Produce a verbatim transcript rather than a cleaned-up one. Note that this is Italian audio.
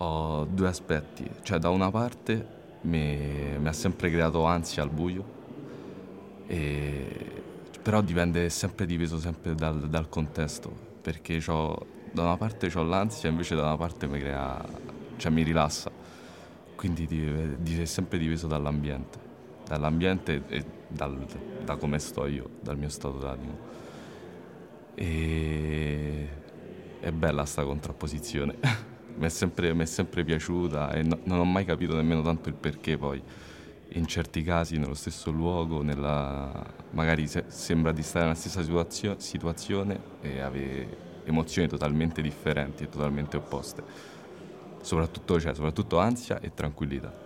ho due aspetti, cioè da una parte mi, mi ha sempre creato ansia al buio, e, però dipende sempre dipeso sempre dal, dal contesto, perché c'ho, da una parte ho l'ansia, invece da una parte mi crea, cioè mi rilassa, quindi di, di- è sempre dipeso dall'ambiente, dall'ambiente e dal- da come sto io, dal mio stato d'animo. E è bella sta contrapposizione. mi, è sempre, mi è sempre piaciuta e no- non ho mai capito nemmeno tanto il perché poi. In certi casi, nello stesso luogo, nella- magari se- sembra di stare nella stessa situazio- situazione e avere emozioni totalmente differenti e totalmente opposte. Soprattutto, cioè, soprattutto ansia e tranquillità.